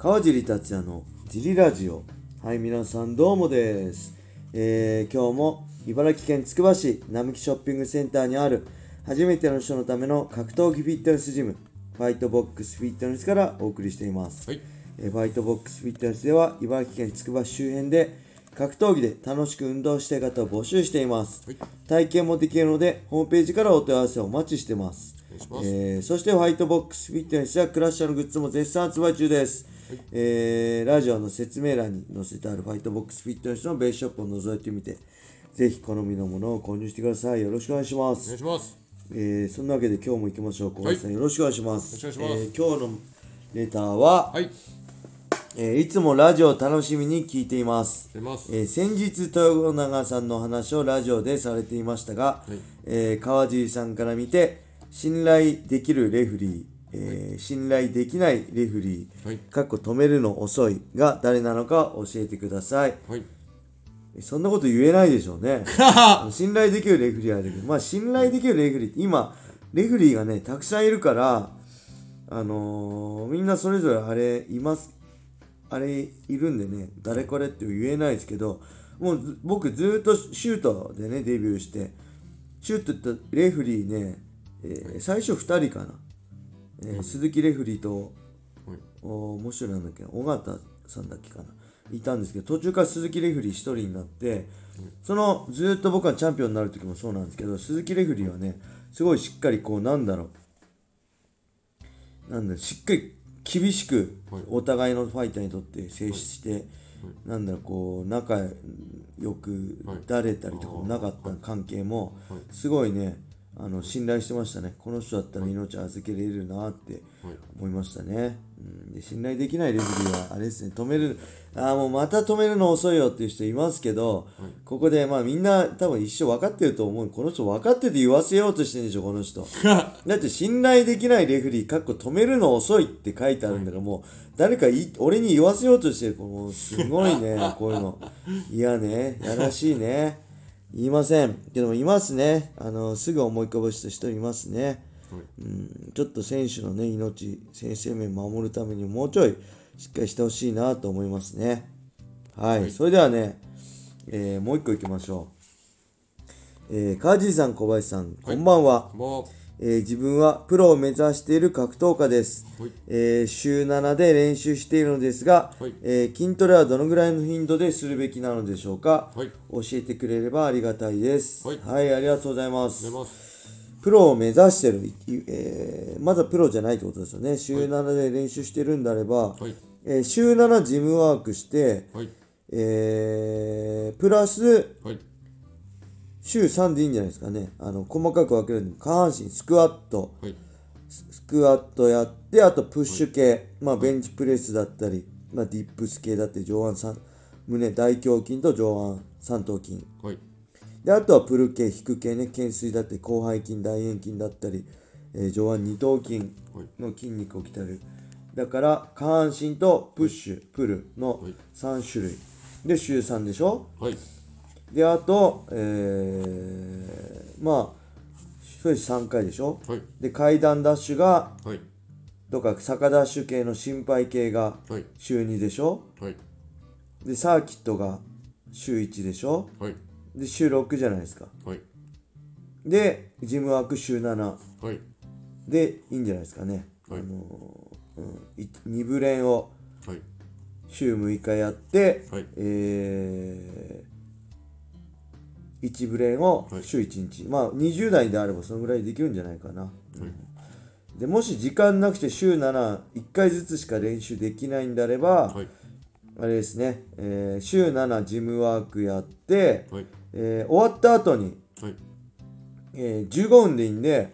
川尻達也のジリラジオ。はい、皆さんどうもです。今日も茨城県つくば市並木ショッピングセンターにある初めての人のための格闘技フィットネスジム、ファイトボックスフィットネスからお送りしています。 はい。 ファイトボックスフィットネスでは茨城県つくば市周辺で格闘技で楽しく運動したい方を募集しています。 はい。 体験もできるのでホームページからお問い合わせをお待ちしてます。 お願いします。 そしてファイトボックスフィットネスやクラッシャーのグッズも絶賛発売中です。ラジオの説明欄に載せてあるファイトボックスフィットネスのベースショップを覗いてみて、ぜひ好みのものを購入してください。よろしくお願いしまお願す。 いします。 そんなわけで今日も行きましょう。小林さん、よろしくお願いします。 よろしくお願いします。 今日のレターは、 はい。 いつもラジオを楽しみに聞いています。 出ます。 先日豊永さんの話をラジオでされていましたが、川尻さんから見て信頼できるレフリー、信頼できないレフリー、かっこ止めるの遅いが誰なのか教えてください。 はい。 そんなこと言えないでしょうね。信頼できるレフリーはあるけど、信頼できるレフリーって今レフリーがねたくさんいるから、みんなそれぞれあれいるんでね、誰これって言えないですけど、もう僕ずっとシュートでねデビューして、シュートってレフリーね、最初2人かな、鈴木レフリーと、もう一人なんだっけ、尾形さんだっけかな、いたんですけど、途中から鈴木レフリー1人になって、そのずっと僕がチャンピオンになる時もそうなんですけど、鈴木レフリーはねすごいしっかりこうしっかり厳しくお互いのファイターにとって接して、こう仲良くだれたりとかもなかった関係もすごいね、信頼してましたね。この人だったら命預けれるなって思いましたね。で信頼できないレフリーはあれですね、もうまた止めるの遅いよっていう人いますけど、ここでみんな多分一生分かってると思う。この人分かってて言わせようとしてるんでしょこの人。だって信頼できないレフリーかっこ止めるの遅いって書いてあるんだから、もう誰か俺に言わせようとしてる。もうすごいねこういうの。いやね、やらしいね。言いませんけどもいますね。すぐ思い浮かぶ人いますね。ちょっと選手のね先生命守るためにもうちょいしっかりしてほしいなと思いますね。はい、それではね、もう一個いきましょう。川尻さん、小林さん、こんばんは。自分はプロを目指している格闘家です。週7で練習しているのですが、筋トレはどのぐらいの頻度でするべきなのでしょうか。教えてくれればありがたいです。はい、ありがとうございます。プロを目指してる、まだプロじゃないってことですよね。週7で練習してるんであれば、週7ジムワークして、プラス、週3でいいんじゃないですかね。細かく分けるんで、下半身スクワットやって、あとプッシュ系、ベンチプレスだったり、ディップス系だって上腕胸大胸筋と上腕三頭筋。で、あとはプル系、引く系ね、懸垂だったり、広背筋、大円筋だったり、上腕二頭筋の筋肉を鍛える。だから、下半身とプッシュ、プルの3種類。で、週3でしょ。で、あと、それ3回でしょ。で、階段ダッシュが、とか坂ダッシュ系の心肺系が週2でしょ。で、サーキットが週1でしょ。で、週6じゃないですか。で、ジムワーク週7。で、いいんじゃないですかね。2ブレンを週6日やって、1ブレンを週1日。20代であればそのぐらいできるんじゃないかな。でもし時間なくて週7、1回ずつしか練習できないんであれば、あれですね、週7ジムワークやって、終わった後に、15分でいいんで、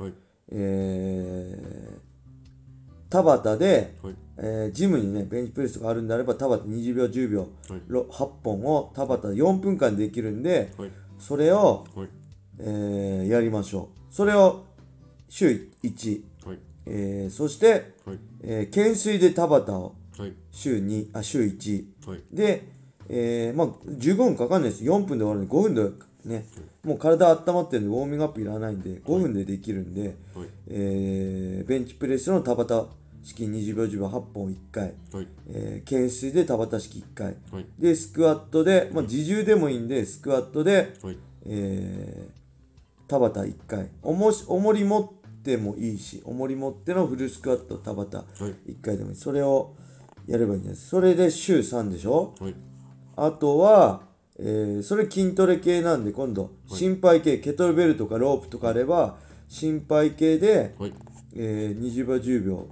田端で、ジムにねベンチプレスがあるんであれば田端20秒10秒、8本を田端4分間できるんで、それを、やりましょう。それを週1、そして、懸垂で田端を週1、で、15分かかんないです。4分で終わるんで5分でね、もう体温まってるんでウォーミングアップいらないんで5分でできるんで、ベンチプレスの田端式20秒10秒8本1回、 はい、 懸垂で田畑式1回、 はい、 でスクワットで、自重でもいいんでスクワットで、 はい、 田畑1回、重り持ってもいいし、重り持ってのフルスクワット田畑1回でもいい、それをやればいいんです。それで週3でしょ、 はい、 あとは、それ筋トレ系なんで、今度心肺系、ケトルベルとかロープとかあれば心肺系で、 はい、 20秒10秒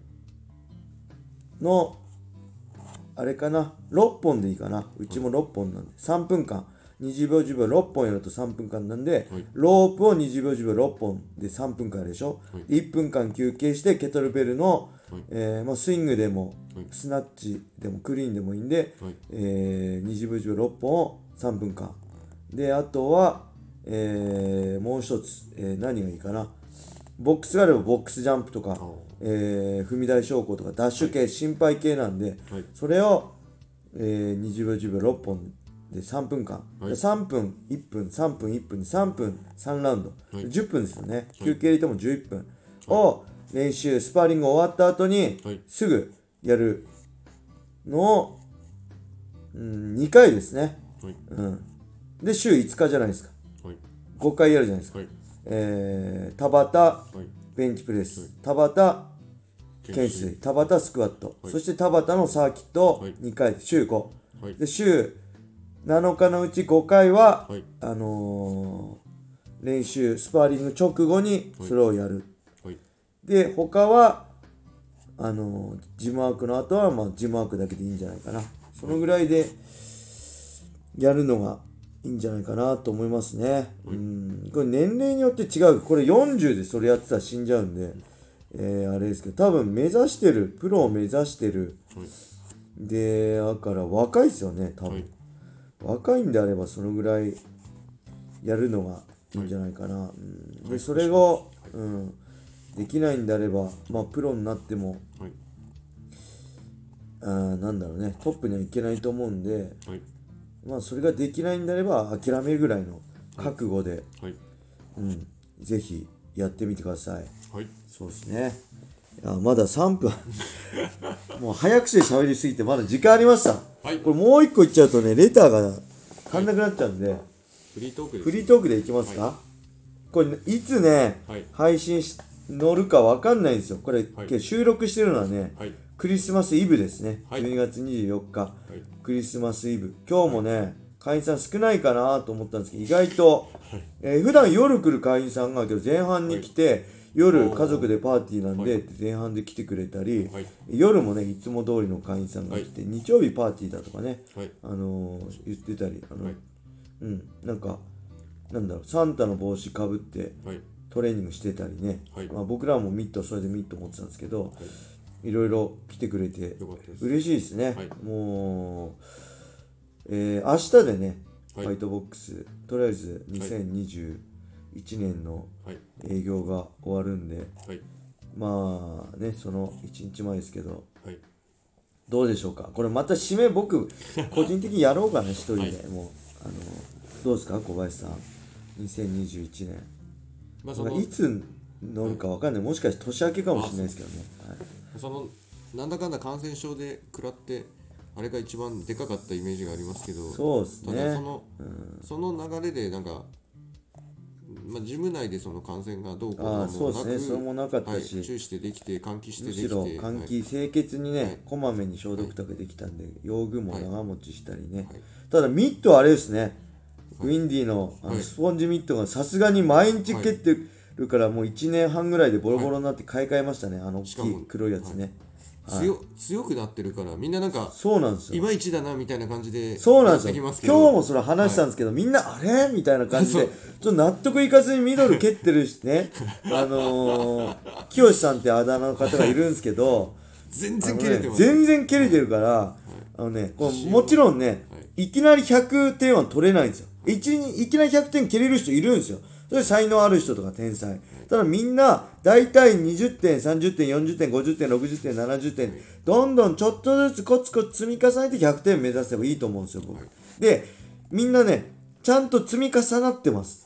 のあれかな、6本でいいかな、うちも6本なんで3分間、20秒10秒6本やると3分間なんで、 はい、 ロープを20秒10秒6本で3分間やるでしょ、 はい、 1分間休憩してケトルベルの、 はい、 スイングでも、 はい、 スナッチでもクリーンでもいいんで、 はい、 20秒10秒6本を3分間で、あとは、もう一つ、何がいいかな、ボックスがあればボックスジャンプとか、踏み台昇降とかダッシュ系、心肺系なんで、それを、20秒10秒6本で3分間、3分1分3分1分で3分3ラウンド、10分ですよね、休憩入れても11分を練習、スパーリング終わった後にすぐやるのを、2回ですね、で週5日じゃないですか、5回やるじゃないですか、田畑ベンチプレス、田畑懸垂、田畑スクワット、そして田畑のサーキットを2回で週5、で週7日のうち5回は、練習スパーリング直後にそれをやる、で他はジムワークの後は、ジムワークだけでいいんじゃないかな、そのぐらいでやるのがいいんじゃないかなと思いますね。これ年齢によって違う。これ40でそれやってたら死んじゃうんで、あれですけど、多分目指してる、プロを目指してる、で、だから若いですよね、多分。若いんであればそのぐらいやるのがいいんじゃないかな。で、それを、できないんであれば、プロになっても、なんだろうね、トップにはいけないと思うんで、それができないんであれば諦めるぐらいの覚悟で、ぜひやってみてください。そうですね。いやまだ3分もう早口で喋りすぎてまだ時間ありました。これもう一個言っちゃうとね、レターが足んなくなっちゃうんで、 フリートークです。 フリートークでいきますか。これいつね、配信乗るかわかんないんですよ。これ、収録してるのはね、クリスマスイブですね。12月24日、クリスマスイブ。今日もね、会員さん少ないかなと思ったんですけど、意外と、普段夜来る会員さんが今日前半に来て、夜家族でパーティーなんで前半で来てくれたり、夜もねいつも通りの会員さんが来て、日曜日パーティーだとかね、言ってたり、なんかなんだろう、サンタの帽子かぶってトレーニングしてたりね、僕らもミットそれでミット持ってたんですけど、いろいろ来てくれて嬉しいですね。もう、明日でね、ファイトボックスとりあえず2021年の営業が終わるんで、まあね、その1日前ですけど、どうでしょうか。これまた締め僕個人的にやろうかな一人で、もうどうですか小林さん、2021年、いつ乗るか分かんない、もしかして年明けかもしれないですけどね。 そのなんだかんだ感染症で食らってあれが一番でかかったイメージがありますけど、 そうですね。 ただその流れでなんか、ジム内でその感染がどうこうもなく、 そうですね、それもなかったし、 注意してできて換気してできて、 むしろ換気、清潔にね、こまめに消毒とかできたんで、用具も長持ちしたりね。ただミットはあれですね、ウィンディのスポンジミットがさすがに毎日蹴ってるから、もう1年半ぐらいでボロボロになって買い替えましたね、大きい黒いやつね。 強くなってるからみんななんかそうなんですよ、 いまいちだなみたいな感じで、 そうなんですよ。今日もそれ話したんですけど、みんなあれみたいな感じでちょっと納得いかずにミドル蹴ってるしね、清さんってあだ名の方がいるんですけど全然蹴れてます、 全然蹴れてるから、もちろんね、いきなり100点は取れないんですよ。いきなり100点蹴れる人いるんですよ。それ才能ある人とか天才。ただみんな大体20点、30点、40点、50点、60点、70点、どんどんちょっとずつコツコツ積み重ねて100点目指せばいいと思うんですよ、僕。で、みんなね、ちゃんと積み重なってます。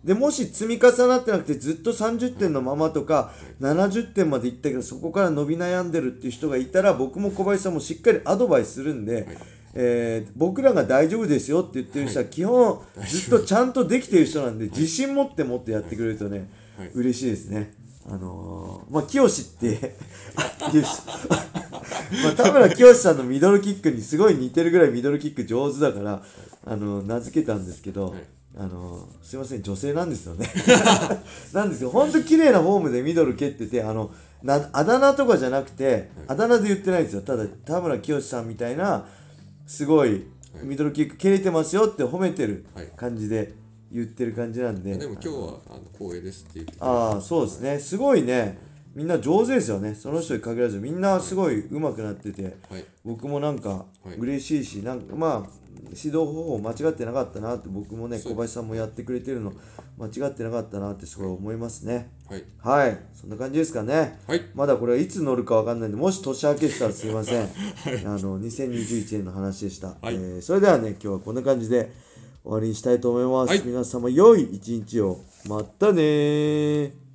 でもし積み重なってなくてずっと30点のままとか70点までいったけどそこから伸び悩んでるっていう人がいたら僕も小林さんもしっかりアドバイスするんで、僕らが大丈夫ですよって言ってる人は基本ずっとちゃんとできてる人なんで自信持ってもっとやってくれるとね嬉しいですね。清っていう人田村清さんのミドルキックにすごい似てるぐらいミドルキック上手だから名付けたんですけど、すいません女性なんですよねなんですよほんと綺麗なフォームでミドル蹴っててあだ名とかじゃなくてあだ名で言ってないんですよ。ただ田村清さんみたいなすごいミドルキック蹴れてますよって褒めてる感じで言ってる感じなんで、 でも今日は光栄ですって言ってそうですねすごいねみんな上手ですよね。その人に限らずみんなすごい上手くなってて、僕もなんか嬉しいしなんか指導方法間違ってなかったなって僕もね小林さんもやってくれてるの間違ってなかったなってすごい思いますね。はい、そんな感じですかね。まだこれはいつ乗るかわかんないんでもし年明けしたらすいません2021年の話でした、それではね今日はこんな感じで終わりにしたいと思います。皆様良い一日を。またねー。